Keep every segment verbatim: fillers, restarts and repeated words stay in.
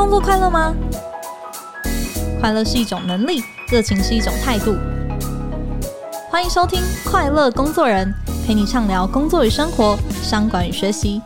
工作快乐吗？快乐是一种能力，热情是一种态度。欢迎收听快乐工作人，陪你畅聊工作与生活、商管与学习。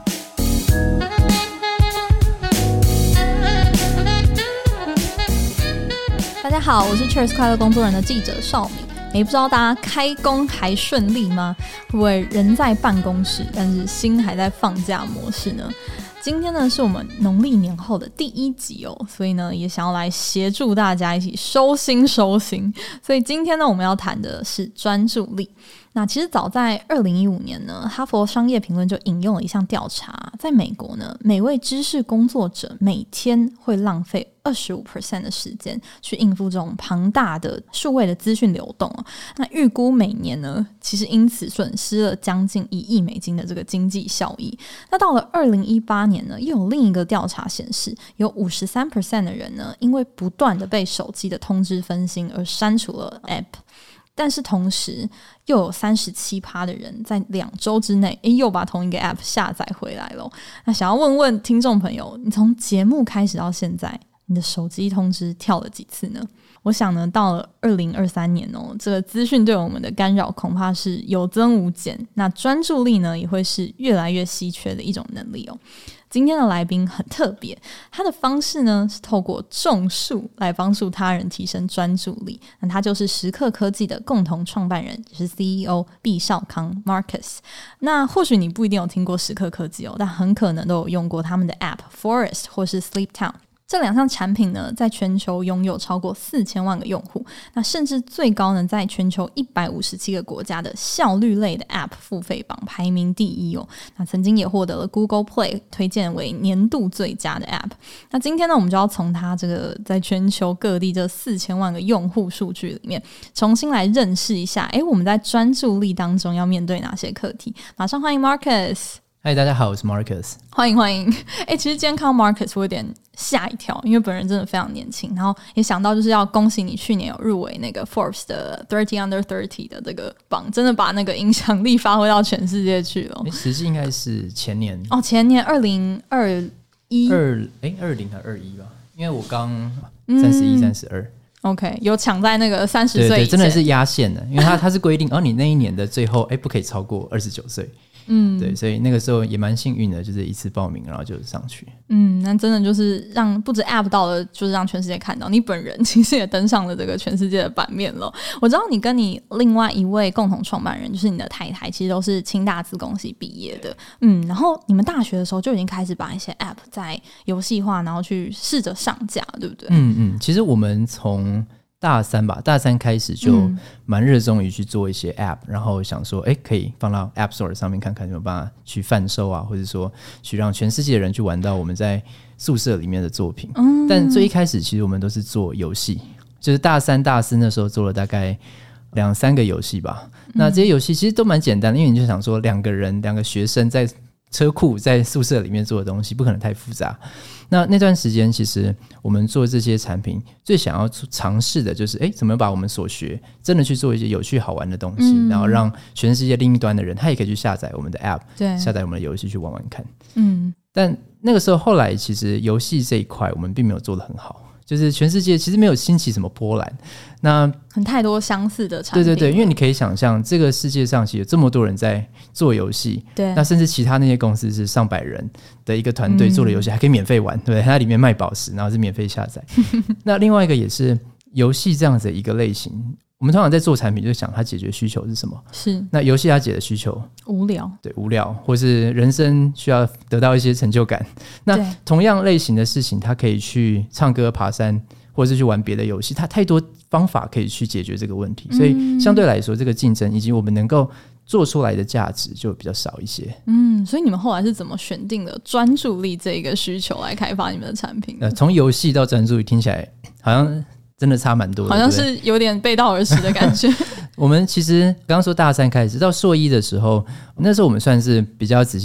大家好，我是 Cheers 快乐工作人的记者邵敏。诶，不知道大家开工还顺利吗？会不会人在办公室，但是心还在放假模式呢？今天呢是我们农历年后的第一集哦，所以呢也想要来协助大家一起收心收心。所以今天呢我们要谈的是专注力。那其实早在二零一五年呢，哈佛商业评论就引用了一项调查，在美国呢，每位知识工作者每天会浪费 百分之二十五 的时间去应付这种庞大的数位的资讯流动。那预估每年呢，其实因此损失了将近一亿美金的这个经济效益。那到了二零一八年呢，又有另一个调查显示，有 百分之五十三 的人呢，因为不断的被手机的通知分心而删除了 App。但是同时又有 百分之三十七 的人在两周之内诶又把同一个 App 下载回来了。那想要问问听众朋友，你从节目开始到现在，你的手机通知跳了几次呢？我想呢，到了二零二三年哦，这个资讯对我们的干扰恐怕是有增无减，那专注力呢也会是越来越稀缺的一种能力哦。今天的来宾很特别，他的方式呢是透过种树来帮助他人提升专注力。那他就是时刻科技的共同创办人，也是 C E O 毕少康 Marcus。那或许你不一定有听过时刻科技哦，但很可能都有用过他们的 App Forest 或是 Sleep Town。这两项产品呢，在全球拥有超过四千万个用户，那甚至最高呢，在全球一百五十七个国家的效率类的 App 付费榜排名第一哦。那曾经也获得了 Google Play 推荐为年度最佳的 App。那今天呢，我们就要从它这个在全球各地这四千万个用户数据里面，重新来认识一下，诶，我们在专注力当中要面对哪些课题。马上欢迎 Marcus。 嗨，大家好，我是 Marcus。欢迎欢迎。哎，其实今天看到 Marcus 我有点吓一跳，因为本人真的非常年轻，然后也想到就是要恭喜你去年有入围那个 Forbes 的三十 under 三十的这个榜，真的把那个影响力发挥到全世界去了。 实际应该是前年哦，前年二零二一二哎二零还二一吧，因为我刚三十一、三十二。 OK， 有抢在那个三十岁以前， 对对，真的是压线的，因为它它是规定，哦，你那一年的最后哎不可以超过二十九岁。嗯，对，所以那个时候也蛮幸运的，就是一次报名然后就上去。 嗯，那真的就是让不止 App 到了，就是让全世界看到你本人其实也登上了这个全世界的版面了。我知道你跟你另外一位共同创办人，就是你的太太，其实都是清大资工系毕业的。嗯，然后你们大学的时候就已经开始把一些 App 在游戏化，然后去试着上架，对不对？ 嗯嗯，其实我们从大三吧，大三开始就蛮热衷于去做一些 App，嗯，然后想说，哎，可以放到 App Store 上面看看有没有办法去贩售啊，或者说去让全世界的人去玩到我们在宿舍里面的作品。嗯，但最一开始其实我们都是做游戏，就是大三、大四那时候做了大概两三个游戏吧。嗯，那这些游戏其实都蛮简单的，因为你就想说两个人、两个学生在车库在宿舍里面做的东西不可能太复杂。那那段时间其实我们做这些产品最想要尝试的就是诶怎么把我们所学真的去做一些有趣好玩的东西，嗯，然后让全世界另一端的人他也可以去下载我们的 App， 对，下载我们的游戏去玩玩看。嗯，但那个时候后来其实游戏这一块我们并没有做得很好，就是全世界其实没有兴起什么波澜，那很太多相似的产品。 对对对，因为你可以想象这个世界上其实有这么多人在做游戏，对，那甚至其他那些公司是上百人的一个团队做的游戏，嗯，还可以免费玩，对不对？它里面卖宝石，然后是免费下载。那另外一个也是游戏这样子的一个类型，我们通常在做产品就想它解决需求是什么，是那游戏它解决需求无聊， 对，无聊，或是人生需要得到一些成就感。那同样类型的事情它可以去唱歌、爬山，或是去玩别的游戏，它太多方法可以去解决这个问题，所以相对来说这个竞争以及我们能够做出来的价值就比较少一些。 嗯，所以你们后来是怎么选定了专注力这一个需求来开发你们的产品？ 呃，从游戏到专注力听起来好像真的差蛮多的， 好像是有点背道而驰的感觉。 我们其实刚刚说大三开始到硕一的时候，那时候我们算是比较仔细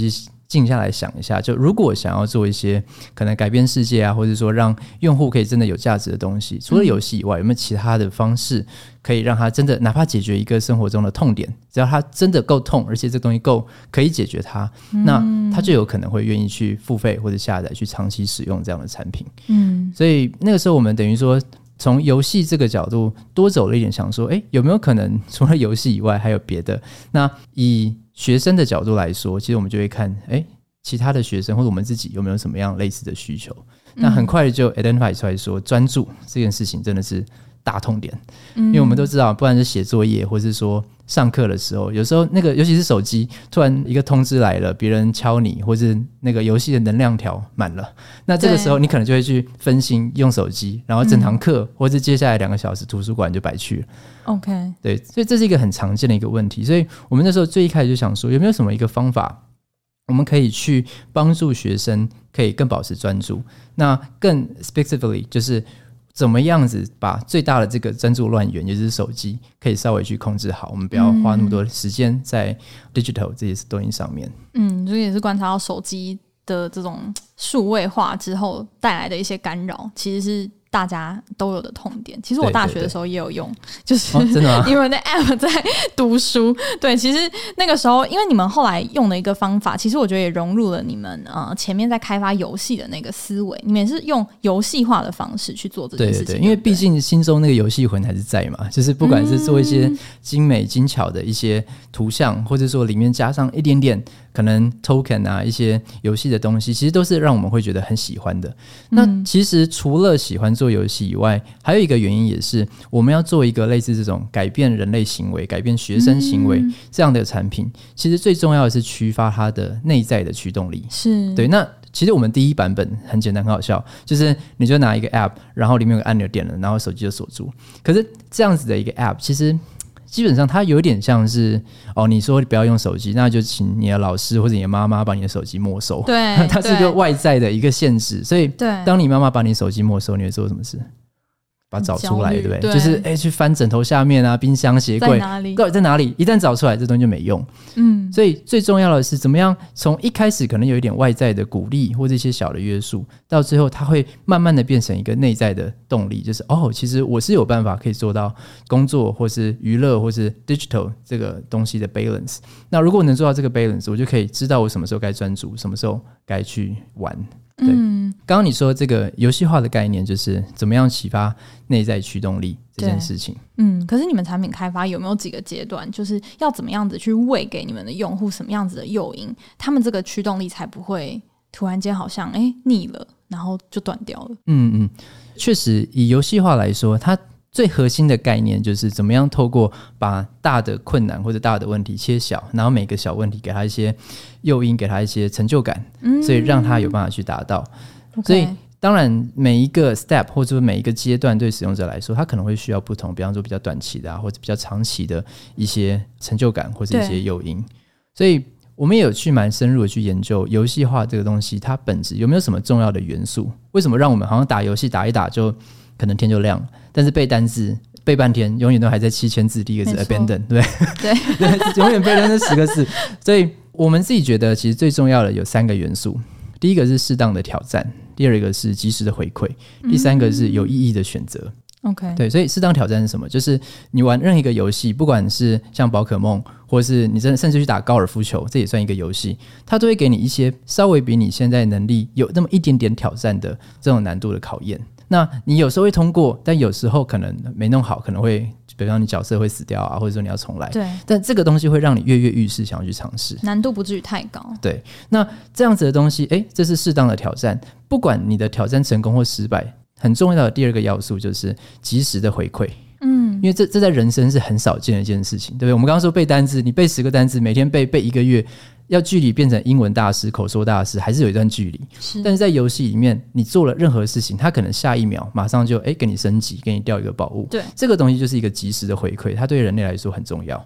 静下来想一下，就如果想要做一些可能改变世界啊，或者说让用户可以真的有价值的东西，除了游戏以外，有没有其他的方式可以让他真的哪怕解决一个生活中的痛点，只要他真的够痛，而且这东西够可以解决它，嗯、那他就有可能会愿意去付费或者下载去长期使用这样的产品。嗯，所以那个时候我们等于说从游戏这个角度多走了一点，想说诶有没有可能除了游戏以外还有别的。那以学生的角度来说，其实我们就会看诶其他的学生或者我们自己有没有什么样类似的需求。那很快就 identify 出来说专注这件事情真的是大痛点。嗯、因为我们都知道不管是写作业或是说上课的时候，有时候那个尤其是手机突然一个通知来了，别人敲你，或是那个游戏的能量条满了，那这个时候你可能就会去分心用手机，然后整堂课、嗯、或是接下来两个小时图书馆就白去了。 OK， 对，所以这是一个很常见的一个问题。所以我们那时候最一开始就想说有没有什么一个方法我们可以去帮助学生可以更保持专注，那更 specifically 就是怎么样子把最大的这个专注乱源也就是手机可以稍微去控制好，我们不要花那么多时间在 digital 这些东西上面。 嗯，这也是观察到手机的这种数位化之后带来的一些干扰，其实是大家都有的痛点。其实我大学的时候也有用，对对对，就是、哦、真的吗？因为那 app 在读书。对，其实那个时候因为你们后来用的一个方法，其实我觉得也融入了你们呃前面在开发游戏的那个思维，你们也是用游戏化的方式去做这件事情。对对对， 因为毕竟心中那个游戏魂还是在嘛，就是不管是做一些精美精巧的一些图像、嗯、或者说里面加上一点点可能 token 啊一些游戏的东西，其实都是让我们会觉得很喜欢的。那其实除了喜欢做游戏以外，还有一个原因也是我们要做一个类似这种改变人类行为改变学生行为这样的产品、嗯、其实最重要的是驱发它的内在的驱动力。 是对。那其实我们第一版本很简单很好笑，就是你就拿一个 app 然后里面有个按钮点了，然后手机就锁住。可是这样子的一个 app 其实基本上它有点像是哦，你说不要用手机，那就请你的老师或者你的妈妈把你的手机没收。 对， 它是一个外在的一个限制。所以当你妈妈把你手机没收，你会做什么事？把它找出来，对不对？ 对， 就是哎，去翻枕头下面啊，冰箱、鞋柜，到底在哪里？一旦找出来，这东西就没用。嗯，所以最重要的是怎么样从一开始可能有一点外在的鼓励或者一些小的约束，到最后它会慢慢的变成一个内在的动力，就是哦，其实我是有办法可以做到工作或是娱乐或是 digital 这个东西的 balance。那如果我能做到这个 balance， 我就可以知道我什么时候该专注，什么时候该去玩。对，嗯，刚刚你说这个游戏化的概念就是怎么样启发内在驱动力这件事情。 嗯，可是你们产品开发有没有几个阶段，就是要怎么样子去喂给你们的用户什么样子的诱因，他们这个驱动力才不会突然间好像哎腻了，然后就断掉了。嗯嗯，确实以游戏化来说，它最核心的概念就是怎么样透过把大的困难或者大的问题切小，然后每个小问题给他一些诱因，给他一些成就感、嗯、所以让他有办法去达到、okay. 所以当然每一个 step 或者每一个阶段对使用者来说他可能会需要不同，比方说比较短期的、啊、或者比较长期的一些成就感或者一些诱因。所以我们也有去蛮深入的去研究游戏化这个东西它本质有没有什么重要的元素，为什么让我们好像打游戏打一打就可能天就亮了，但是背单字背半天永远都还在七千字第一个字 abandon， 对对对，永远背单这十个字。所以我们自己觉得其实最重要的有三个元素，第一个是适当的挑战，第二个是及时的回馈，第三个是有意义的选择。 OK， 对，所以适当挑战是什么？就是你玩任何一个游戏，不管是像宝可梦，或是你真的甚至去打高尔夫球，这也算一个游戏，它都会给你一些稍微比你现在能力有那么一点点挑战的这种难度的考验。那你有时候会通过，但有时候可能没弄好，可能会比方你角色会死掉啊，或者说你要重来。 对， 但这个东西会让你跃跃欲试，想要去尝试， 难度不至于太高。 对，那这样子的东西，哎，这是适当的挑战。不管你的挑战成功或失败，很重要的第二个要素就是及时的回馈。嗯，因为这这在人生是很少见的一件事情，对不对？我们刚刚说背单字，你背十个单字，每天背背一个月，要距离变成英文大师口说大师还是有一段距离。是，但是在游戏里面你做了任何事情，它可能下一秒马上就诶给你升级，给你掉一个宝物。对，这个东西就是一个及时的回馈，它对人类来说很重要。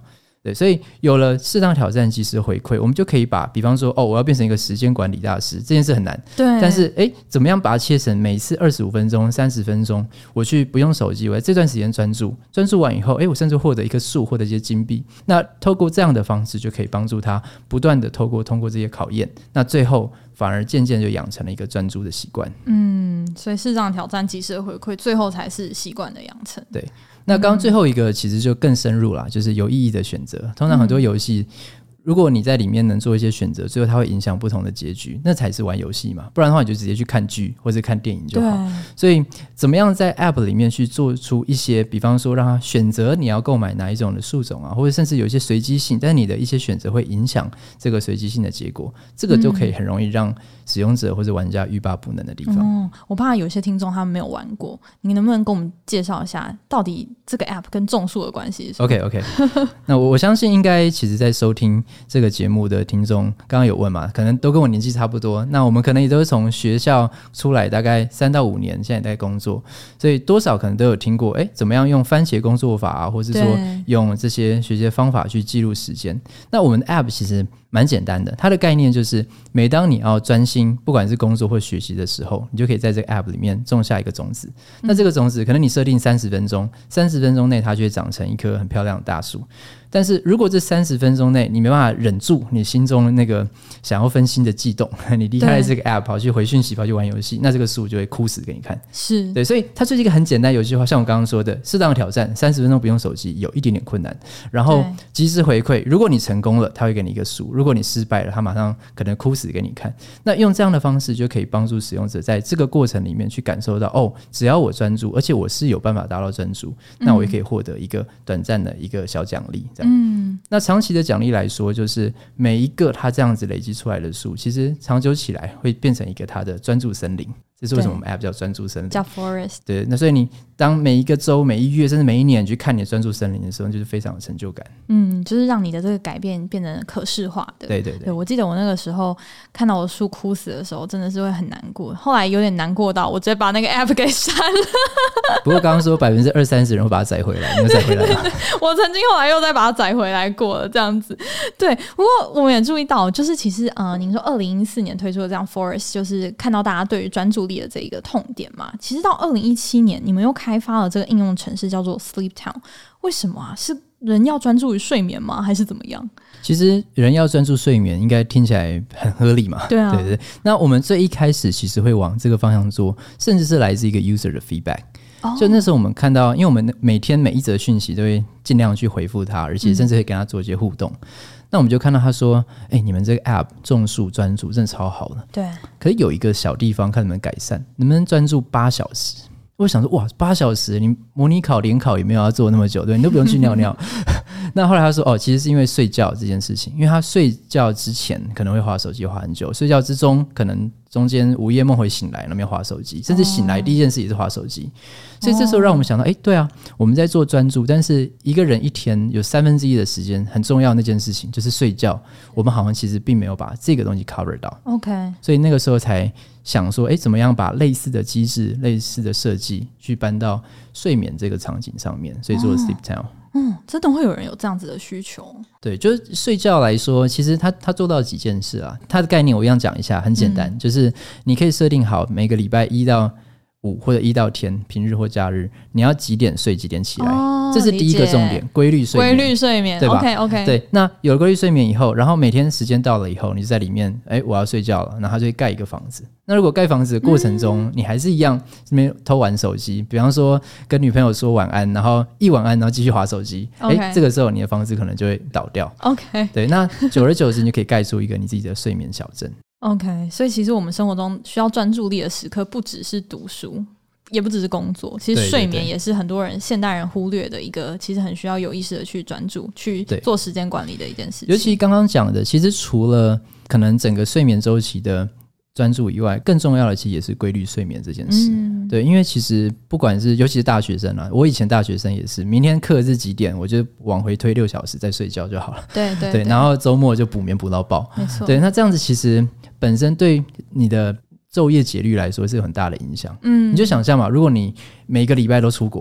对，所以有了适当挑战及时回馈，我们就可以把比方说哦，我要变成一个时间管理大师，这件事很难， 对， 但是哎，怎么样把它切成每次二十五分钟三十分钟，我去不用手机，我在这段时间专注专注完以后，哎，我甚至获得一棵树，获得一些金币，那透过这样的方式就可以帮助他不断的透过通过这些考验，那最后反而渐渐就养成了一个专注的习惯。 嗯，所以适当挑战及时的回馈，最后才是习惯的养成。 对，那刚刚最后一个其实就更深入啦，就是有意义的选择。通常很多游戏、嗯、如果你在里面能做一些选择，最后它会影响不同的结局，那才是玩游戏嘛，不然的话你就直接去看剧或者看电影就好。所以怎么样在 App 里面去做出一些比方说让他选择你要购买哪一种的树种啊，或者甚至有一些随机性，但是你的一些选择会影响这个随机性的结果，这个就可以很容易让使用者或者玩家欲罢不能的地方、 嗯、我怕有些听众他们没有玩过，你能不能跟我们介绍一下到底这个 App 跟种树的关系是什么？ OK OK 那 我, 我相信应该其实在收听这个节目的听众刚刚有问嘛，可能都跟我年纪差不多，那我们可能也都是从学校出来大概三到五年，现在在工作，所以多少可能都有听过哎，怎么样用番茄工作法啊，或是说用这些学习方法去记录时间。那我们的 App 其实蛮简单的，它的概念就是每当你要专心不管是工作或学习的时候，你就可以在这个 App 里面种下一个种子、嗯、那这个种子可能你设定三十分钟，三十分钟内它就会长成一棵很漂亮的大树，但是如果这三十分钟内你没办法忍住你心中的那个想要分心的悸动，你离开了这个 App 跑去回讯息跑去玩游戏，那这个树就会枯死给你看。 是对，所以它就是一个很简单游戏化，像我刚刚说的适当的挑战，三十分钟不用手机有一点点困难，然后及时回馈，如果你成功了它会给你一个树，如果你失败了它马上可能枯死给你看。那用这样的方式就可以帮助使用者在这个过程里面去感受到哦，只要我专注，而且我是有办法达到专注、嗯、那我也可以获得一个短暂的一个小奖励这样、嗯、那长期的奖励来说，就是每一个它这样子累积出来的树，其实长久起来会变成一个它的专注森林，这是为什么我们 App 叫专注森林， 叫 Forest。 对，那所以你当每一个周每一月甚至每一年去看你的专注森林的时候，就是非常有成就感。 嗯，就是让你的这个改变变得可视化的。 对对 对, 对，我记得我那个时候看到我树枯死的时候真的是会很难过，后来有点难过到我直接把那个 App 给删了。 不过刚刚说百分之二三十人会把它载回来，你有载回来吗？ 我曾经后来又再把它载回来过了这样子。对，不过我们也注意到就是其实呃，您说二零一四年推出的这样 Forest 就是看到大家对于专注力的这一个痛点嘛，其实到二零一七年你们又开发了这个应用程式叫做 Sleep Town， 为什么啊？是人要专注于睡眠吗？还是怎么样？其实人要专注睡眠应该听起来很合理嘛。对啊，对对。那我们最一开始其实会往这个方向做，甚至是来自一个 user 的 feedback。Oh. 就那时候我们看到，因为我们每天每一则讯息都会尽量去回复他，而且甚至会跟他做一些互动、嗯、那我们就看到他说哎、欸，你们这个 app 种树专注真的超好的。对，可是有一个小地方看能不能改善，能不能专注八小时。我想说哇，八小时你模拟考联考也没有要做那么久，对，你都不用去尿尿。那后来他说哦，其实是因为睡觉这件事情，因为他睡觉之前可能会滑手机滑很久，睡觉之中可能中间午夜梦回醒来那边滑手机，甚至醒来第一件事也是滑手机、哦、所以这时候让我们想到哎，对啊，我们在做专注，但是一个人一天有三分之一的时间很重要的那件事情就是睡觉，我们好像其实并没有把这个东西 cover 到。 OK， 所以那个时候才想说哎，怎么样把类似的机制类似的设计去搬到睡眠这个场景上面，所以做了 Sleep Town。嗯，真的会有人有这样子的需求？对，就是睡觉来说，其实他他做到几件事啊。他的概念我一样讲一下，很简单、嗯，就是你可以设定好每个礼拜一到五或者一到天，平日或假日，你要几点睡几点起来、哦、这是第一个重点，规律睡眠。规律睡眠，对吧 ？OK OK。对，那有了规律睡眠以后，然后每天时间到了以后，你就在里面，哎，我要睡觉了，然后他就会盖一个房子。那如果盖房子的过程中、嗯、你还是一样这边偷玩手机，比方说跟女朋友说晚安，然后一晚安然后继续滑手机，哎、okay. 这个时候你的房子可能就会倒掉。 OK， 对，那久而久之你就可以盖出一个你自己的睡眠小镇。OK， 所以其实我们生活中需要专注力的时刻不只是读书，也不只是工作，其实睡眠也是很多人现代人忽略的一个其实很需要有意识的去专注去做时间管理的一件事情。尤其刚刚讲的，其实除了可能整个睡眠周期的专注以外，更重要的其实也是规律睡眠这件事、嗯、对，因为其实不管是尤其是大学生啊，我以前大学生也是，明天课是几点我就往回推六小时再睡觉就好了。对 对, 对，然后周末就补眠补到爆。没错，对，那这样子其实本身对你的昼夜节律来说是有很大的影响。嗯，你就想象嘛，如果你每个礼拜都出国，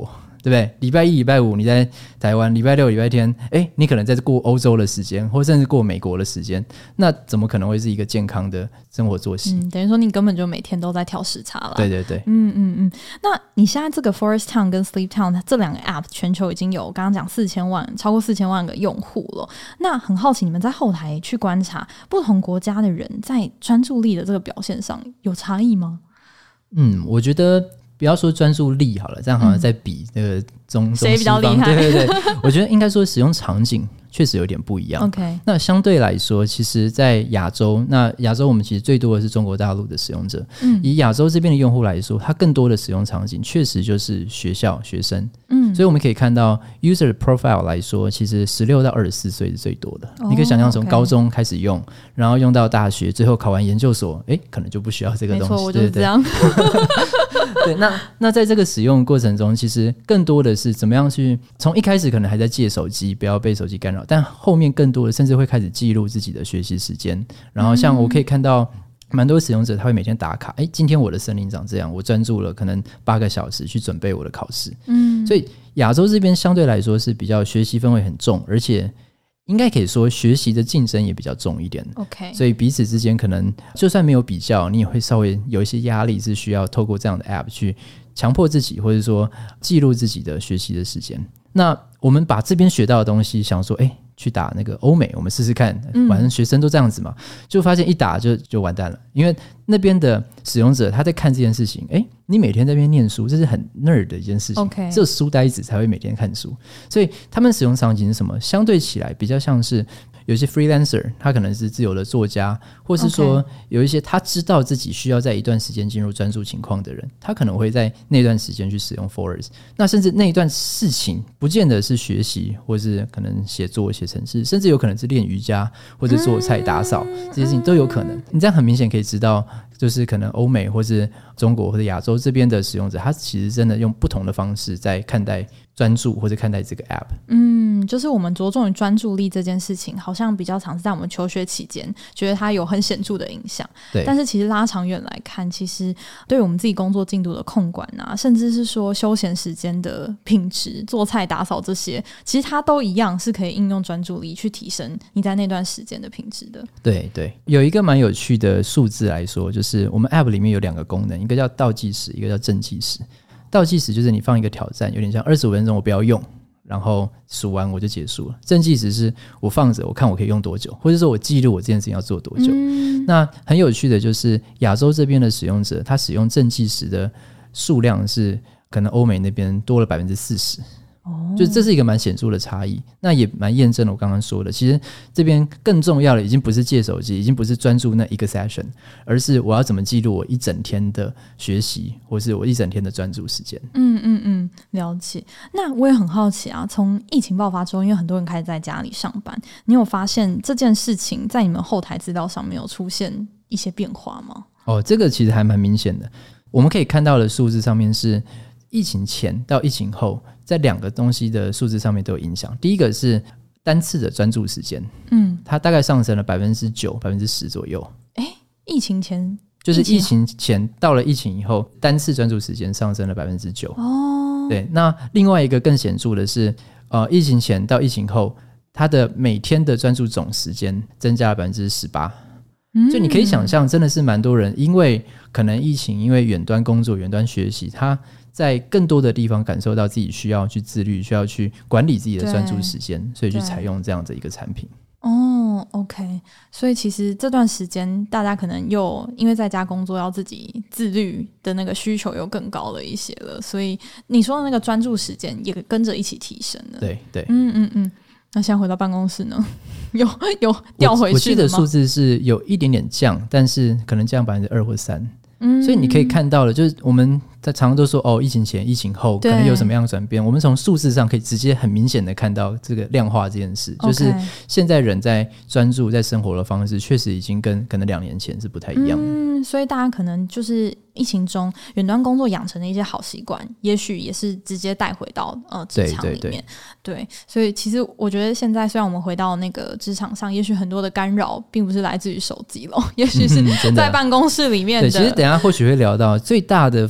对不对？礼拜一礼拜五你在台湾，礼拜六礼拜天哎，你可能在过欧洲的时间，或甚至过美国的时间，那怎么可能会是一个健康的生活作息？ 嗯，等于说你根本就每天都在调时差了。 对对对， 嗯嗯嗯。那你现在这个 Forest Town 跟 Sleep Town 这两个 App 全球已经有刚刚讲四千万，超过四千万个用户了。那很好奇，你们在后台去观察不同国家的人在专注力的这个表现上有差异吗？ 嗯，我觉得不要说专注力好了，这样好像在比那个中谁比较厉害？ 对对对，我觉得应该说使用场景确实有点不一样。 OK， 那相对来说，其实在亚洲，那亚洲我们其实最多的是中国大陆的使用者。嗯，以亚洲这边的用户来说，它更多的使用场景确实就是学校学生。嗯，所以我们可以看到 user profile 来说，其实十六到二十四岁是最多的。哦，你可以想象从高中开始用，然后用到大学，最后考完研究所，哎，可能就不需要这个东西。 没错，我就是这样。 对，那那在这个使用过程中，其实更多的是怎么样去从一开始可能还在借手机，不要被手机干扰，但后面更多的甚至会开始记录自己的学习时间。然后像我可以看到蛮多使用者他会每天打卡，哎，今天我的森林长这样，我专注了可能八个小时去准备我的考试。嗯，所以亚洲这边相对来说是比较学习氛围很重，而且应该可以说学习的竞争也比较重一点。 OK， 所以彼此之间可能就算没有比较，你也会稍微有一些压力，是需要透过这样的 App 去强迫自己，或者说记录自己的学习的时间。那我们把这边学到的东西想说，哎，去打那个欧美，我们试试看，反正学生都这样子嘛，嗯，就发现一打就就完蛋了。因为那边的使用者他在看这件事情，哎，你每天在那边念书，这是很 nerd 的一件事情。 Okay， 只有书呆子才会每天看书，所以他们使用场景是什么？相对起来比较像是有些 freelancer， 他可能是自由的作家，或是说有一些他知道自己需要在一段时间进入专注情况的人，他可能会在那段时间去使用 Forest。 那甚至那一段事情不见得是学习，或是可能写作写程式，甚至有可能是练瑜伽或者做菜打扫，这些事情都有可能。你这样很明显可以知道，就是可能欧美或是中国或者亚洲这边的使用者，他其实真的用不同的方式在看待专注或者看待这个 App。 嗯，就是我们着重于专注力这件事情好像比较常是在我们求学期间觉得它有很显著的影响，对，但是其实拉长远来看，其实对我们自己工作进度的控管啊，甚至是说休闲时间的品质，做菜打扫这些，其实它都一样是可以应用专注力去提升你在那段时间的品质的。 对对，有一个蛮有趣的数字来说，就是我们 App 里面有两个功能，一个叫倒计时，一个叫正计时。倒计时就是你放一个挑战，有点像二十五分钟我不要用，然后数完我就结束了。正计时是我放着我看我可以用多久，或者说我记录我这件事情要做多久。嗯，那很有趣的就是亚洲这边的使用者，他使用正计时的数量是可能欧美那边多了 百分之四十。哦，就这是一个蛮显著的差异。那也蛮验证了我刚刚说的，其实这边更重要的已经不是借手机，已经不是专注那一个 session， 而是我要怎么记录我一整天的学习，或是我一整天的专注时间。 嗯嗯嗯，了解。那我也很好奇啊，从疫情爆发之后，因为很多人开始在家里上班，你有发现这件事情在你们后台资料上面有出现一些变化吗？ 哦，这个其实还蛮明显的。我们可以看到的数字上面是疫情前到疫情后，在两个东西的数字上面都有影响。第一个是单次的专注时间，嗯，它大概上升了百分之九、百分之十左右。 哎，疫情前就是疫情前到了疫情以后，单次专注时间上升了百分之九。哦，对。那另外一个更显著的是，呃，疫情前到疫情后，它的每天的专注总时间增加了百分之十八。所以你可以想象，真的是蛮多人因为可能疫情，因为远端工作、远端学习，他在更多的地方感受到自己需要去自律，需要去管理自己的专注时间，所以去采用这样的一个产品。 哦 OK， 所以其实这段时间大家可能又因为在家工作要自己自律的那个需求又更高了一些了，所以你说的那个专注时间也跟着一起提升了。 对对， 嗯嗯嗯。那现在回到办公室呢，有有调回去了吗？ 我, 我记得数字是有一点点降，但是可能降百分之二或三。嗯，所以你可以看到了，就是我们在常常都说哦，疫情前、疫情后可能有什么样的转变。我们从数字上可以直接很明显的看到这个量化这件事， okay， 就是现在人在专注在生活的方式，确实已经跟可能两年前是不太一样的。 嗯，所以大家可能就是疫情中远端工作养成的一些好习惯，也许也是直接带回到呃职场里面。对对对，对，所以其实我觉得现在虽然我们回到那个职场上，也许很多的干扰并不是来自于手机了，也许是在办公室里面的。 嗯、对，其实等一下或许会聊到最大的分心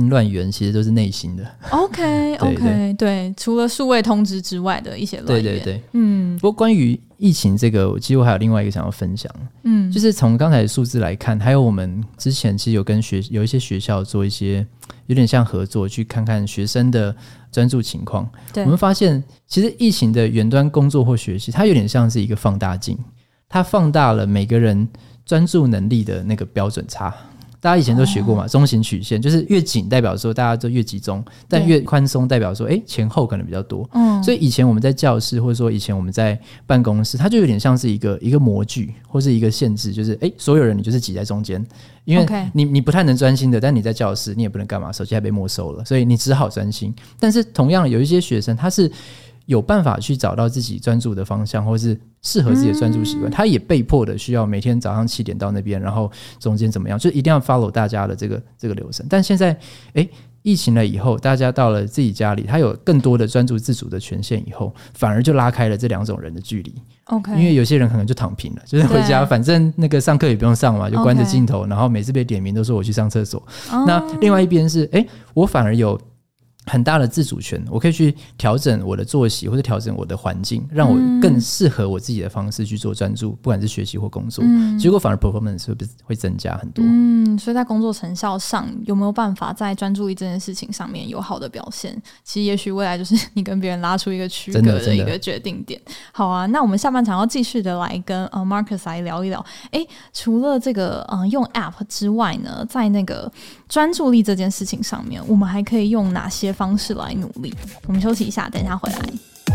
行乱源其实都是内心的。 OK OK 对, 对, 对，除了数位通知之外的一些乱源。 对对对， 嗯。 不过关于疫情这个，其实我还有另外一个想要分享，嗯，就是从刚才的数字来看，还有我们之前其实有跟学有一些学校做一些有点像合作，去看看学生的专注情况。我们发现，其实疫情的远端工作或学习，它有点像是一个放大镜，它放大了每个人专注能力的那个标准差。大家以前都学过嘛，中型曲线就是越紧代表说大家都越集中，但越宽松代表说哎前后可能比较多。嗯，所以以前我们在教室或者说以前我们在办公室，它就有点像是一个一个模具或是一个限制，就是哎所有人你就是挤在中间，因为你你不太能专心的，但你在教室你也不能干嘛，手机还被没收了，所以你只好专心。但是同样有一些学生他是有办法去找到自己专注的方向，或是适合自己的专注习惯、嗯、他也被迫的需要每天早上七点到那边，然后中间怎么样，就一定要 follow 大家的这个这个流程。但现在诶疫情了以后，大家到了自己家里，他有更多的专注自主的权限以后，反而就拉开了这两种人的距离。OK， 因为有些人可能就躺平了，就是回家反正那个上课也不用上嘛，就关着镜头， okay. 然后每次被点名都说我去上厕所、oh. 那另外一边是诶我反而有很大的自主权，我可以去调整我的作息或者调整我的环境，让我更适合我自己的方式去做专注，不管是学习或工作、嗯、结果反而 performance 会, 会增加很多。 嗯，所以在工作成效上有没有办法在专注力这件事情上面有好的表现，其实也许未来就是你跟别人拉出一个区隔的一个决定点。好啊，那我们下半场要继续的来跟、呃、Marcus 来聊一聊，诶除了这个、呃、用 App 之外呢，在那个专注力这件事情上面我们还可以用哪些方式来努力？我们休息一下，等一下回来。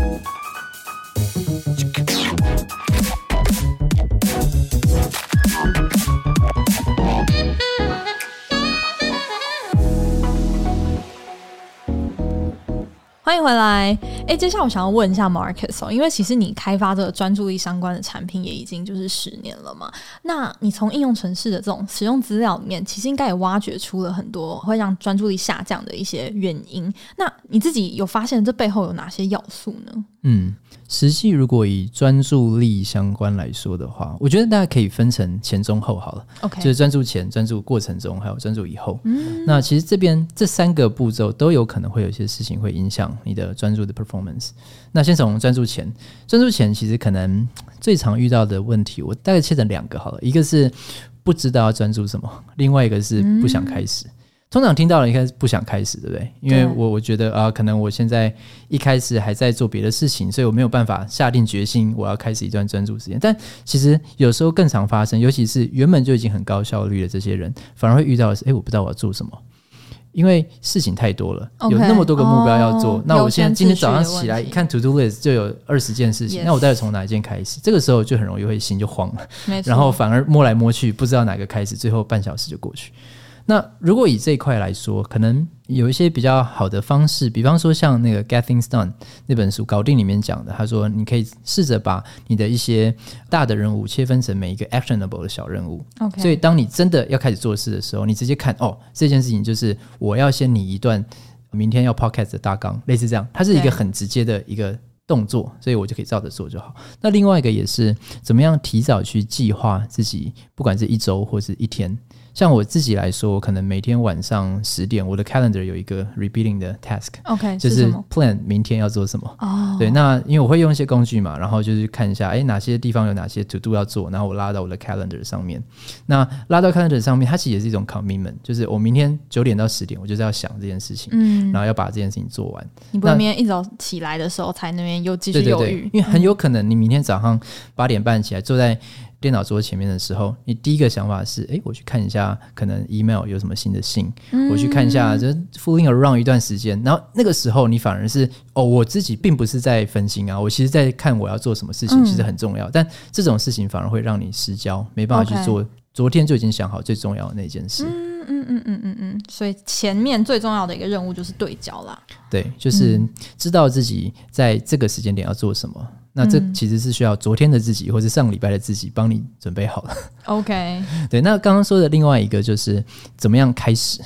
欢迎回来。诶接下来我想要问一下 Marcus 哦，因为其实你开发这个专注力相关的产品也已经就是十年了嘛，那你从应用程式的这种使用资料里面，其实应该也挖掘出了很多会让专注力下降的一些原因，那你自己有发现这背后有哪些要素呢？ 嗯，实际如果以专注力相关来说的话，我觉得大家可以分成前中后好了。OK， 就是专注前、专注过程中还有专注以后、嗯、那其实这边这三个步骤都有可能会有一些事情会影响你的专注的 performance。 那先从专注前，专注前其实可能最常遇到的问题我大概切成两个好了，一个是不知道要专注什么，另外一个是不想开始、嗯通常听到了应该是不想开始，对不对？因为我我觉得啊、呃，可能我现在一开始还在做别的事情，所以我没有办法下定决心我要开始一段专注时间。但其实有时候更常发生，尤其是原本就已经很高效率的这些人，反而会遇到的是，哎，我不知道我要做什么，因为事情太多了， okay, 有那么多个目标要做。哦、那我现在今天早上起来一看 to do list 就有二十件事情， yes. 那我到底从哪一件开始？这个时候就很容易会心就慌了，然后反而摸来摸去，不知道哪个开始，最后半小时就过去。那如果以这一块来说，可能有一些比较好的方式，比方说像那个 Get Things Done 那本书搞定里面讲的，他说你可以试着把你的一些大的任务切分成每一个 actionable 的小任务、okay. 所以当你真的要开始做事的时候，你直接看哦，这件事情就是我要先拟一段明天要 podcast 的大纲，类似这样，它是一个很直接的一个动作，所以我就可以照着做就好。那另外一个也是怎么样提早去计划自己，不管是一周或是一天。像我自己来说，可能每天晚上十点，我的 calendar 有一个 repeating 的 task， OK， 就是 plan 明天要做什么。哦，对，那因为我会用一些工具嘛，然后就是看一下，哎，哪些地方有哪些 to do 要做，然后我拉到我的 calendar 上面。那拉到 calendar 上面，它其实也是一种 commitment， 就是我明天九点到十点，我就是要想这件事情，嗯，然后要把这件事情做完。 你不会明天一早起来的时候才那边又继续犹豫， 对对对，因为很有可能你明天早上八点半起来坐在电脑桌前面的时候，你第一个想法是，哎，我去看一下可能 email 有什么新的信、嗯、我去看一下，就 fooling around 一段时间，然后那个时候你反而是，哦，我自己并不是在分心啊，我其实在看我要做什么事情、嗯、其实很重要，但这种事情反而会让你失焦，没办法去做、okay. 昨天就已经想好最重要的那件事。 嗯嗯嗯嗯嗯嗯，所以前面最重要的一个任务就是对焦啦。 对，就是知道自己在这个时间点要做什么，那这其实是需要昨天的自己或是上礼拜的自己帮你准备好了。 OK， 对，那刚刚说的另外一个就是怎么样开始。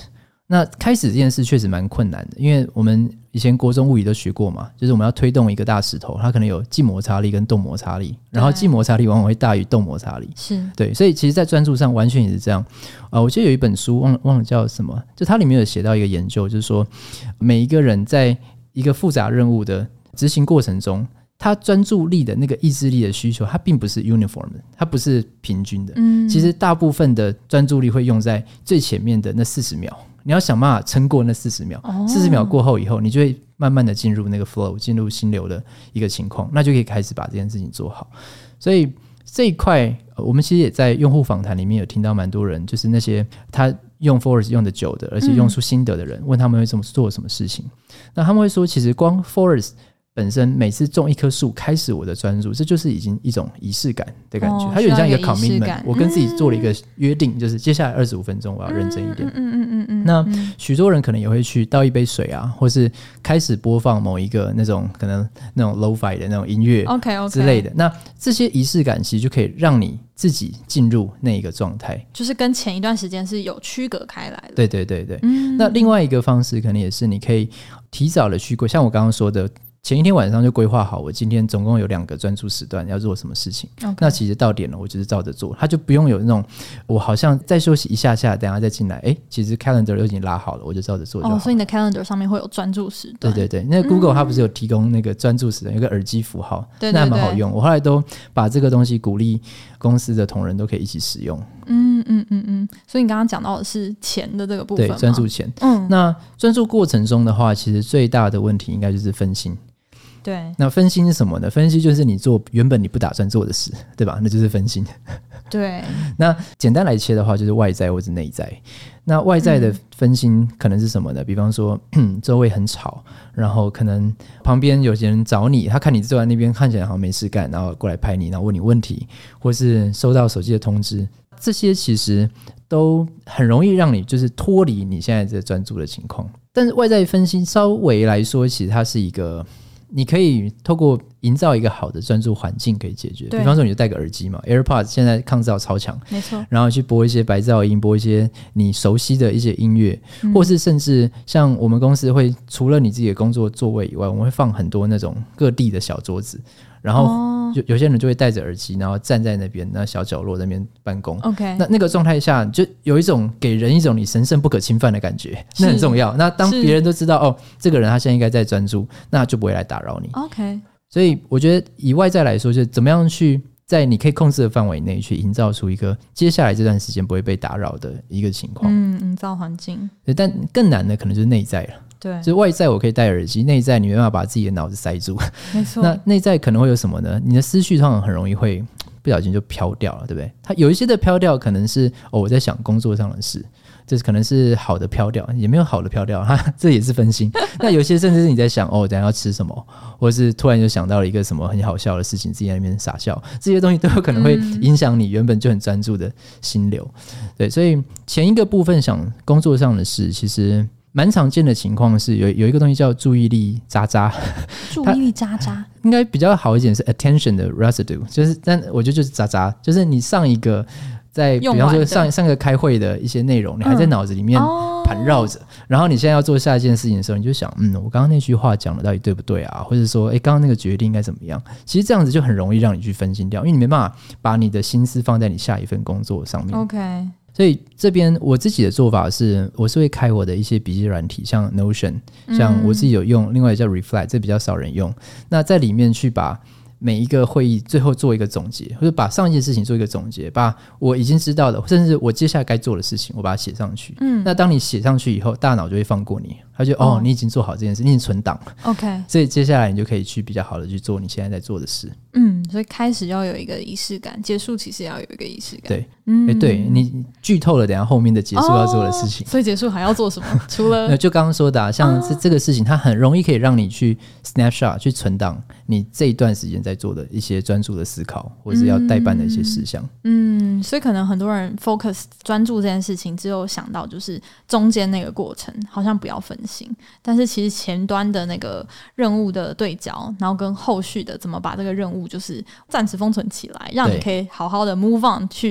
那开始这件事确实蛮困难的，因为我们以前国中物理都学过嘛，就是我们要推动一个大石头，它可能有静摩擦力跟动摩擦力，然后静摩擦力往往会大于动摩擦力， 是对，所以其实在专注上完全也是这样。呃，我记得有一本书忘了忘了叫什么，就它里面有写到一个研究，就是说每一个人在一个复杂任务的执行过程中，他专注力的那个意志力的需求，它并不是 uniform 的，它不是平均的。嗯，其实大部分的专注力会用在最前面的那四十秒，你要想办法撑过那四十秒。四十、哦、秒过后以后，你就会慢慢的进入那个 flow， 进入心流的一个情况，那就可以开始把这件事情做好。所以这一块，我们其实也在用户访谈里面有听到蛮多人，就是那些他用 Forest 用的久的，而且用出心得的人，嗯、问他们会怎么做什么事情。那他们会说，其实光 Forest本身每次种一棵树开始我的专注，这就是已经一种仪式感的感觉，哦、它有点像一个 commitment， 我跟自己做了一个约定，嗯、就是接下来二十五分钟我要认真一点。嗯嗯嗯嗯。那许多人可能也会去倒一杯水啊，或是开始播放某一个那种可能那种 lo-fi 的那种音乐之类的。Okay, okay. 那这些仪式感其实就可以让你自己进入那一个状态， 就是跟前一段时间是有区隔开来的。 对对对对。嗯、那另外一个方式可能也是你可以提早的去过，像我刚刚说的。前一天晚上就规划好，我今天总共有两个专注时段要做什么事情。Okay. 那其实到点了，我就是照着做，他就不用有那种我好像再休息一下下，等一下再进来。哎，其实 calendar 都已经拉好了，我就照着做就好。 哦，所以你的 calendar 上面会有专注时段。 对对对，那 Google 它不是有提供那个专注时段，有个耳机符号，对对对，那还蛮好用。我后来都把这个东西鼓励公司的同仁都可以一起使用。 嗯嗯嗯嗯，所以你刚刚讲到的是钱的这个部分吗？ 对，专注钱。嗯，那专注过程中的话，其实最大的问题应该就是分心。 对， 那分心是什么呢？分心就是你做原本你不打算做的事，对吧？那就是分心。 对， 那简单来切的话，就是外在或者内在。那外在的分心可能是什么呢？嗯、比方说周围很吵，然后可能旁边有些人找你，他看你坐在那边看起来好像没事干，然后过来拍你，然后问你问题，或是收到手机的通知，这些其实都很容易让你就是脱离你现在这专注的情况。但是外在分心稍微来说，其实它是一个你可以透过营造一个好的专注环境可以解决。比方说你就戴个耳机嘛， AirPods 现在抗噪超强， 没错， 然后去播一些白噪音，播一些你熟悉的一些音乐、嗯、或是甚至像我们公司会除了你自己的工作座位以外，我们会放很多那种各地的小桌子，然后 有, 有些人就会戴着耳机，然后站在那边那小角落那边办公。 OK， 那那个状态下就有一种给人一种你神圣不可侵犯的感觉，那很重要。那当别人都知道哦，这个人他现在应该在专注，那就不会来打扰你。 OK， 所以我觉得以外在来说，就怎么样去在你可以控制的范围内去营造出一个接下来这段时间不会被打扰的一个情况。 嗯，营造环境。 但更难的可能就是内在了。 对， 就是外在我可以戴耳机，内在你没办法把自己的脑子塞住。 没错。 那内在可能会有什么呢？你的思绪通常很容易会不小心就飘掉了，对不对？它有一些的飘掉可能是哦我在想工作上的事，这可能是好的飘掉，也没有好的飘掉，这也是分心。那有些甚至是你在想哦等一下要吃什么，或是突然就想到了一个什么很好笑的事情，自己在那边傻笑，这些东西都有可能会影响你原本就很专注的心流。对，所以前一个部分想工作上的事，其实蛮常见的情况是 有, 有一个东西叫注意力渣渣。 注意力渣渣应该比较好一点是 attention 的 residue， 就是但我觉得就是渣渣，就是你上一个在比方说上上个开会的一些内容，你还在脑子里面盘绕着、嗯哦、然后你现在要做下一件事情的时候，你就想嗯我刚刚那句话讲的到底对不对啊，或者说诶刚刚那个决定应该怎么样。其实这样子就很容易让你去分心掉，因为你没办法把你的心思放在你下一份工作上面。 OK， 所以这边我自己的做法是，我是会开我的一些笔记软体，像 Notion， 像我自己有用，另外叫 Reflect， 这比较少人用。那在里面去把每一个会议最后做一个总结，或者把上一件事情做一个总结，把我已经知道的，甚至我接下来该做的事情，我把它写上去。嗯，那当你写上去以后，大脑就会放过你，它就 哦, 哦，你已经做好这件事，你已经存档了。 OK， 所以接下来你就可以去比较好的去做你现在在做的事。 嗯，所以开始要有一个仪式感，结束其实要有一个仪式感。 对，嗯，欸、对你剧透了，等一下后面的结束要做的事情。 哦、所以结束还要做什么？除了就刚刚说的、啊，像是这个事情，它很容易可以让你去 snapshot 去存档你这一段时间在做的一些专注的思考，或者是要代办的一些事项。 嗯，所以可能很多人 focus 专注这件事情，只有想到就是中间那个过程，好像不要分心。但是其实前端的那个任务的对焦，然后跟后续的怎么把这个任务就是暂时封存起来，让你可以好好的 move on 去专注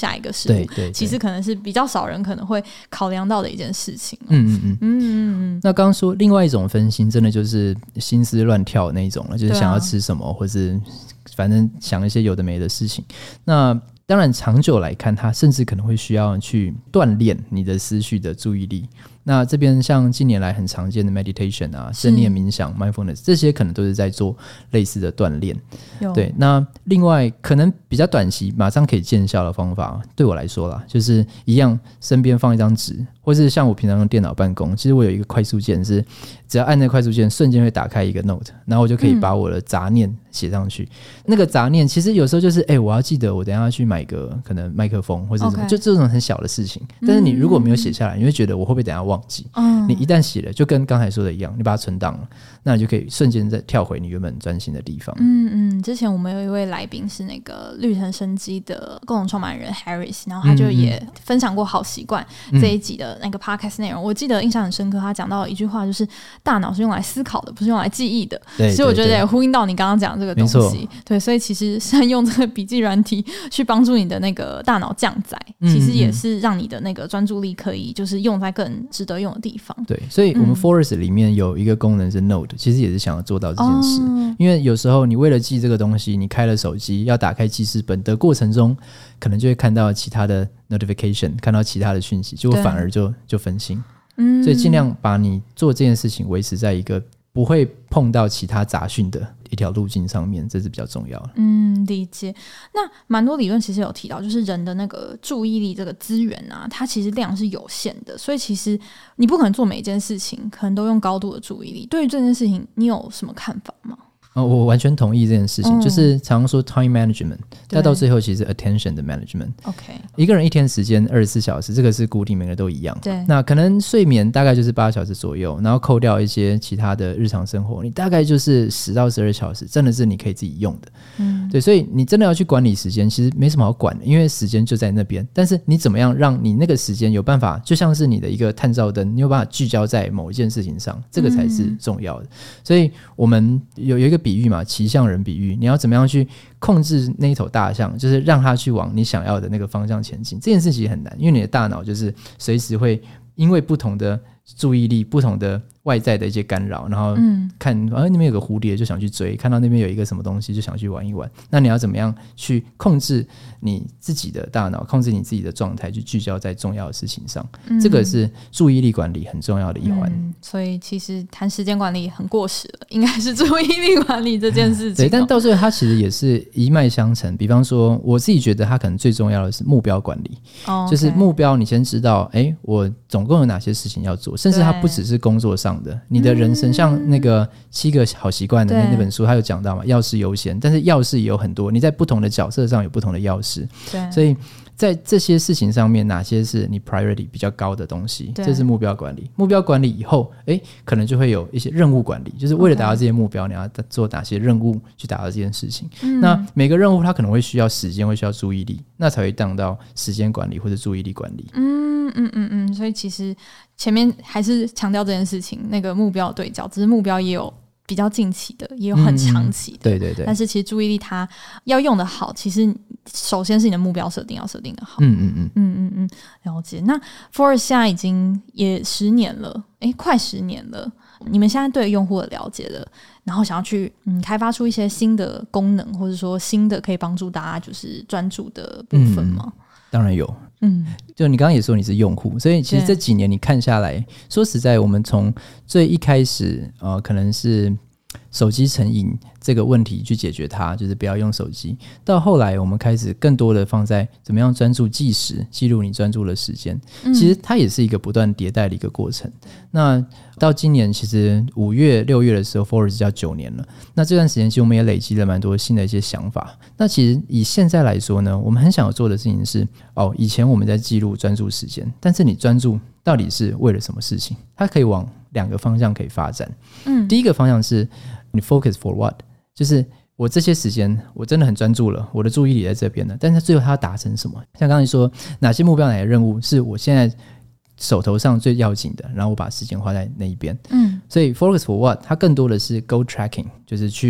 下一个事物， 对 对, 对， 其实可能是比较少人可能会考量到的一件事情。 嗯嗯嗯嗯嗯嗯。 那刚刚说另外一种分心，真的就是心思乱跳那一种了，就是想要吃什么，啊、或是反正想一些有的没的事情。那当然长久来看，它甚至可能会需要去锻炼你的思绪的注意力。那这边像近年来很常见的 meditation 啊、正念冥想 mindfulness， 这些可能都是在做类似的锻炼。对，那另外可能比较短期马上可以见效的方法，对我来说啦，就是一样身边放一张纸，或是像我平常用电脑办公，其实我有一个快速键，是只要按那个快速键瞬间会打开一个 note， 然后我就可以把我的杂念写上去、嗯、那个杂念其实有时候就是哎、欸，我要记得我等一下要去买个可能麦克风或者什么、okay. 就这种很小的事情，但是你如果没有写下来、嗯、你会觉得我会不会等一下忘记、嗯、你一旦写了就跟刚才说的一样，你把它存档了，那你就可以瞬间再跳回你原本专心的地方。 嗯嗯，之前我们有一位来宾是那个绿藤生机的共同创办人 Harris， 然后他就也分享过好习惯这一集的那个 podcast 内容、嗯、我记得印象很深刻，他讲到一句话，就是大脑是用来思考的，不是用来记忆的。对，其实我觉得也呼应到你刚刚讲这个东西。对，所以其实善用这个笔记软体去帮助你的那个大脑降载、嗯、其实也是让你的那个专注力可以就是用在更值得用的地方。 对，所以我们 Forest 里面有一个功能是 Note、嗯、其实也是想要做到这件事、哦、因为有时候你为了记这个东西，你开了手机要打开记事本的过程中，可能就会看到其他的 notification， 看到其他的讯息，结果反而就就分心。嗯，所以尽量把你做这件事情维持在一个不会碰到其他杂讯的一条路径上面，这是比较重要的。 嗯，理解。那蛮多理论其实有提到，就是人的那个注意力这个资源啊，它其实量是有限的，所以其实你不可能做每一件事情可能都用高度的注意力。对于这件事情你有什么看法吗？ 哦、我完全同意这件事情、嗯、就是常常说 time management， 但到最后其实 attention 的 management。OK， 一个人一天时间二十四小时，这个是固定，每个人都一样。对，那可能睡眠大概就是八小时左右，然后扣掉一些其他的日常生活，你大概就是十到十二小时，真的是你可以自己用的。嗯，对，所以你真的要去管理时间，其实没什么好管的，因为时间就在那边。但是你怎么样让你那个时间有办法，就像是你的一个探照灯，你有办法聚焦在某一件事情上，这个才是重要的。嗯、所以我们有有一个比喻嘛，骑象人比喻，你要怎么样去控制那一头大象，就是让它去往你想要的那个方向前进。这件事情很难，因为你的大脑就是随时会因为不同的注意力、不同的外在的一些干扰，然后看、嗯、啊那边有个蝴蝶就想去追，看到那边有一个什么东西就想去玩一玩。那你要怎么样去控制你自己的大脑，控制你自己的状态，去聚焦在重要的事情上、嗯、这个是注意力管理很重要的一环、嗯、 所以其实谈时间管理很过时了，应该是注意力管理这件事情、哦、 对，但到最后它其实也是一脉相承。比方说我自己觉得它可能最重要的是目标管理、哦 okay、就是目标你先知道哎，我总共有哪些事情要做，甚至它不只是工作上的，你的人生、嗯、像那个七个好习惯的 那, 那本书它有讲到嘛，要事优先，但是要事也有很多，你在不同的角色上有不同的要事，对，所以在这些事情上面哪些是你 priority 比较高的东西，这是目标管理。目标管理以后诶可能就会有一些任务管理，就是为了达到这些目标、okay. 你要做哪些任务去达到这件事情、嗯、那每个任务它可能会需要时间，会需要注意力，那才会当到时间管理或者注意力管理。 嗯嗯嗯嗯，所以其实前面还是强调这件事情，那个目标的对焦，只是目标也有比较近期的，也有很长期的、嗯、 对对对。 但是其实注意力它要用得好，其实首先是你的目标设定要设定得好。 嗯嗯嗯嗯嗯嗯，了解。那 Forest 现在已经也十年了，诶快十年了，你们现在对用户的了解了，然后想要去嗯开发出一些新的功能，或者说新的可以帮助大家就是专注的部分吗？ 嗯当然有，嗯，就你刚刚也说你是用户，所以其实这几年你看下来，说实在，我们从最一开始，呃，可能是手机成瘾这个问题去解决它，就是不要用手机，到后来我们开始更多的放在怎么样专注计时，记录你专注的时间、嗯、其实它也是一个不断迭代的一个过程。那到今年其实五月六月的时候 Forest 叫九年了，那这段时间其实我们也累积了蛮多新的一些想法。那其实以现在来说呢，我们很想要做的事情是哦，以前我们在记录专注时间，但是你专注到底是为了什么事情，它可以往两个方向可以发展。嗯，第一个方向是你 focus for what， 就是我这些时间我真的很专注了，我的注意力在这边了，但是最后它要达成什么，像刚才说哪些目标哪些任务是我现在手头上最要紧的，然后我把时间花在那一边。嗯，所以 focus for what 它更多的是 goal tracking， 就是去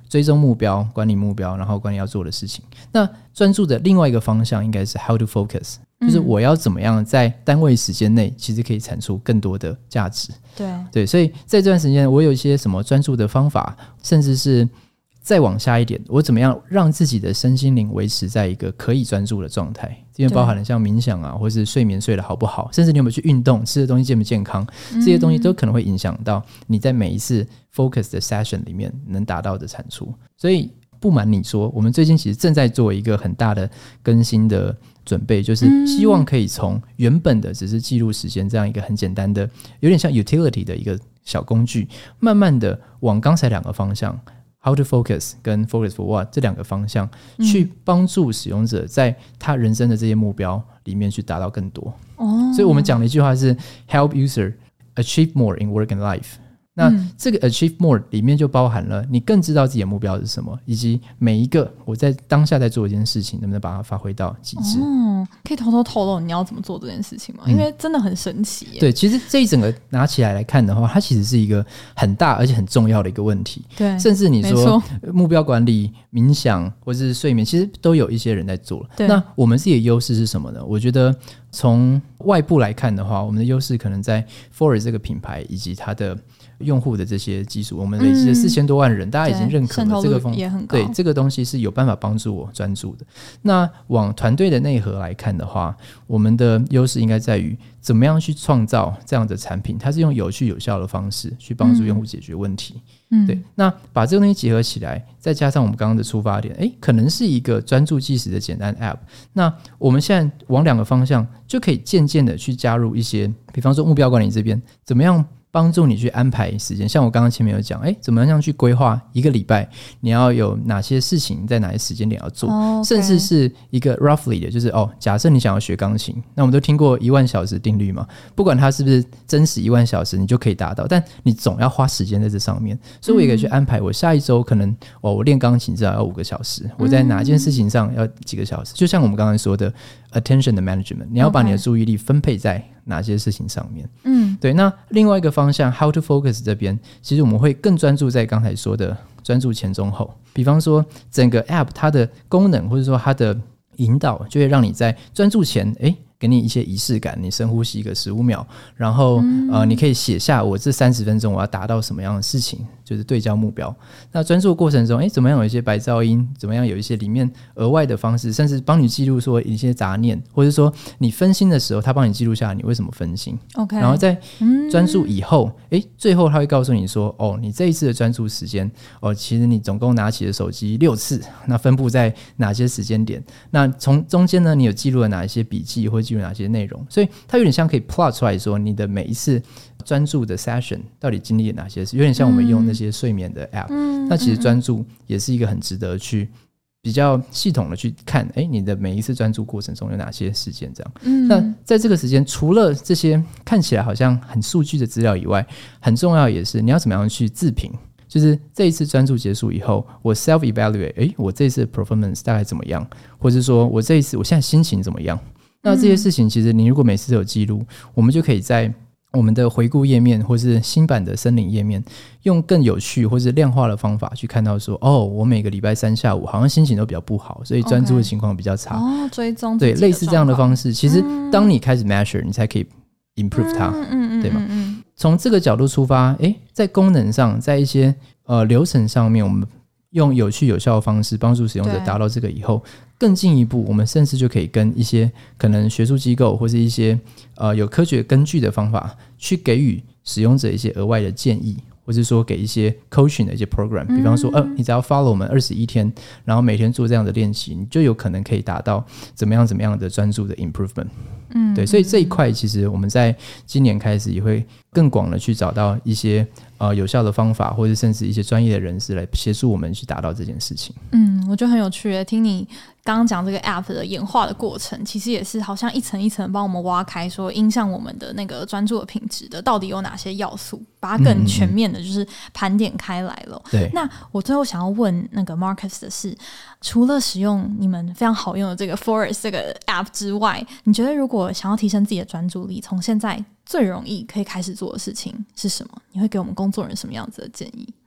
追踪目标、管理目标，然后管理要做的事情。那专注的另外一个方向应该是 how to focus， 就是我要怎么样在单位时间内其实可以产出更多的价值。 对对，所以在这段时间我有一些什么专注的方法，甚至是再往下一点，我怎么样让自己的身心灵维持在一个可以专注的状态，这边包含了像冥想啊，或是睡眠睡得好不好，甚至你有没有去运动，吃的东西健不健康，这些东西都可能会影响到你在每一次 focus 的 session 里面能达到的产出。所以不瞒你说，我们最近其实正在做一个很大的更新的准备，就是希望可以从原本的只是记录时间这样一个很简单的有点像 utility 的一个小工具，慢慢的往刚才两个方向How to focus 跟 focus for what 这两个方向、嗯、去帮助使用者在他人生的这些目标里面去达到更多、哦、所以我们讲的一句话是 Help user achieve more in work and life。那这个 achieve more 里面就包含了你更知道自己的目标是什么，以及每一个我在当下在做一件事情能不能把它发挥到极致。 哦，可以偷偷透露你要怎么做这件事情吗？因为真的很神奇耶、 嗯、对，其实这一整个拿起来来看的话，它其实是一个很大而且很重要的一个问题。 对， 甚至你说目标管理、冥想或是睡眠，其实都有一些人在做了。那我们自己的优势是什么呢？我觉得从外部来看的话，我们的优势可能在 Forest 这个品牌以及它的用户的这些基础，我们累积了四千多万人、嗯、大家已经认可了这个风也很高， 对，这个东西是有办法帮助我专注的。那往团队的内核来看的话，我们的优势应该在于怎么样去创造这样的产品，它是用有趣有效的方式去帮助用户解决问题、嗯、对。那把这个东西结合起来，再加上我们刚刚的出发点，诶，可能是一个专注计时的简单 app， 那我们现在往两个方向就可以渐渐的去加入一些，比方说目标管理这边怎么样帮助你去安排时间，像我刚刚前面有讲，哎，怎么样去规划一个礼拜你要有哪些事情在哪些时间点要做、oh, okay. 甚至是一个 roughly 的，就是哦，假设你想要学钢琴，那我们都听过一万小时定律嘛，不管它是不是真实一万小时你就可以达到，但你总要花时间在这上面，所以我也可以去安排我下一周可能哦，我练钢琴至少要五个小时，我在哪件事情上要几个小时、嗯、就像我们刚才说的 attention 的 management， 你要把你的注意力分配在哪些事情上面。嗯，对。那另外一个方向 How to focus 这边，其实我们会更专注在刚才说的专注前中后，比方说整个 app 它的功能或者说它的引导就会让你在专注前诶给你一些仪式感，你深呼吸个十五秒，然后、嗯呃、你可以写下我这三十分钟我要达到什么样的事情，就是对焦目标。那专注的过程中，诶，怎么样有一些白噪音，怎么样有一些里面额外的方式，甚至帮你记录说一些杂念，或者说你分心的时候，他帮你记录下你为什么分心。OK， 然后在专注以后，诶，最后他会告诉你说，哦，你这一次的专注时间，哦，其实你总共拿起了手机六次，那分布在哪些时间点？那从中间呢，你有记录了哪一些笔记，或记录哪些内容？所以它有点像可以 plot 出来说，你的每一次专注的 session 到底经历了哪些事，有点像我们用那些睡眠的 app、嗯、那其实专注也是一个很值得去比较系统的去看，诶，你的每一次专注过程中有哪些事件这样、嗯、那在这个时间除了这些看起来好像很数据的资料以外，很重要也是你要怎么样去自评，就是这一次专注结束以后，我 self evaluate， 诶，我这一次的 performance 大概怎么样，或者说我这一次我现在心情怎么样。那这些事情其实你如果每次都有记录，我们就可以在我们的回顾页面或是新版的森林页面用更有趣或是量化的方法去看到说，哦，我每个礼拜三下午好像心情都比较不好，所以专注的情况比较差、 okay. 哦，追踪对类似这样的方式，其实当你开始 measure 你才可以 improve 它、嗯、对吗？从这个角度出发，诶，在功能上在一些呃流程上面，我们用有趣有效的方式帮助使用者达到这个以后，更进一步我们甚至就可以跟一些可能学术机构或是一些呃有科学根据的方法去给予使用者一些额外的建议，或是说给一些 coaching 的一些 program， 比方说、嗯呃、你只要 follow 我们二十一天，然后每天做这样的练习，你就有可能可以达到怎么样怎么样的专注的 improvement。嗯，对，所以这一块其实我们在今年开始也会更广的去找到一些呃有效的方法，或者甚至一些专业的人士来协助我们去达到这件事情。 嗯，我觉得很有趣耶，听你刚刚讲这个 app 的演化的过程，其实也是好像一层一层帮我们挖开说影响我们的那个专注的品质的到底有哪些要素，把它更全面的就是盘点开来了。对、嗯嗯，那我最后想要问那个 Marcus 的是，除了使用你们非常好用的这个 Forest 这个 app 之外，你觉得如果想要提升自己的专注力，从现在最容易可以开始做的事情是什么？你会给我们工作人什么样子的建议？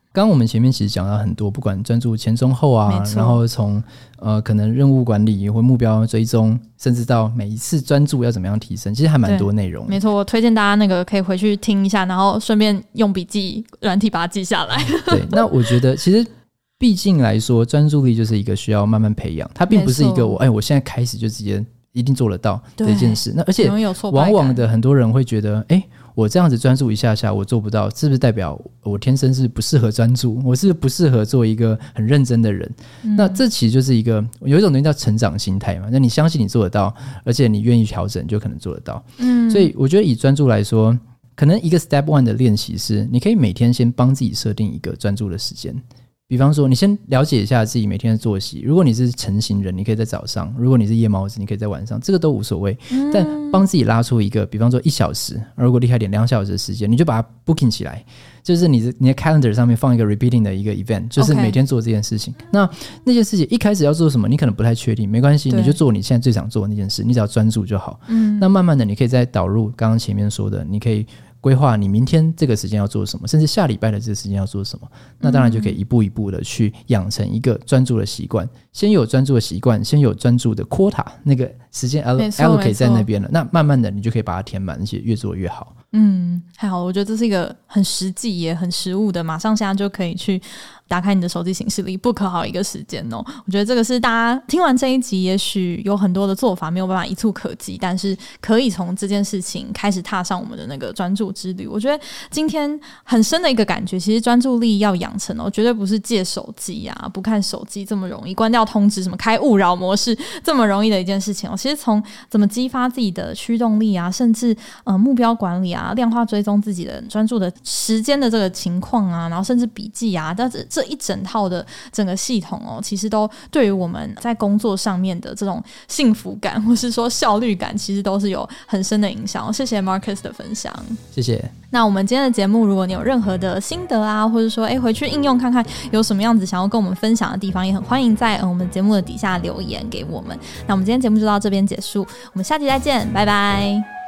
刚刚我们前面其实讲到很多，不管专注前中后啊，然后从呃可能任务管理或目标追踪，甚至到每一次专注要怎么样提升，其实还蛮多内容。 没错，我推荐大家那个可以回去听一下，然后顺便用笔记软体把它记下来。 对，那我觉得其实毕竟来说，专注力就是一个需要慢慢培养，它并不是一个我哎我现在开始就直接一定做得到的一件事。那而且往往的很多人会觉得，哎，我这样子专注一下下我做不到，是不是代表我天生是不适合专注，我是不适合做一个很认真的人、嗯、那这其实就是一个有一种东西叫成长心态嘛，那你相信你做得到，而且你愿意调整，就可能做得到、嗯、所以我觉得以专注来说，可能一个 step one 的练习是你可以每天先帮自己设定一个专注的时间，比方说你先了解一下自己每天的作息，如果你是晨型人你可以在早上，如果你是夜猫子你可以在晚上，这个都无所谓、嗯、但帮自己拉出一个比方说一小时，如果厉害点两小时的时间，你就把它 booking 起来，就是你的你的 calendar 上面放一个 repeating 的一个 event， 就是每天做这件事情、okay. 那那件事情一开始要做什么你可能不太确定，没关系，你就做你现在最想做的那件事，你只要专注就好、嗯、那慢慢的你可以再导入刚刚前面说的，你可以规划你明天这个时间要做什么，甚至下礼拜的这个时间要做什么，那当然就可以一步一步的去养成一个专注的习惯、嗯、先有专注的习惯，先有专注的 quota， 那个时间 allocate 在那边了，那慢慢的你就可以把它填满，而且越做越好。 嗯，还好，我觉得这是一个很实际也很实务的，马上现在就可以去打开你的手机行事历 book 好一个时间哦。我觉得这个是大家听完这一集也许有很多的做法没有办法一触可及，但是可以从这件事情开始踏上我们的那个专注之旅。我觉得今天很深的一个感觉，其实专注力要养成哦，绝对不是借手机啊不看手机这么容易，关掉通知什么开勿扰模式这么容易的一件事情哦。其实从怎么激发自己的驱动力啊，甚至呃目标管理啊，量化追踪自己的专注的时间的这个情况啊，然后甚至笔记啊，但这这一整套的整个系统哦，其实都对于我们在工作上面的这种幸福感或是说效率感，其实都是有很深的影响哦。谢谢 Marcus 的分享， 谢谢。 那我们今天的节目，如果你有任何的心得啊，或者说哎回去应用看看有什么样子想要跟我们分享的地方，也很欢迎在、呃、我们节目的底下留言给我们。那我们今天节目就到这边结束，我们下期再见，拜拜。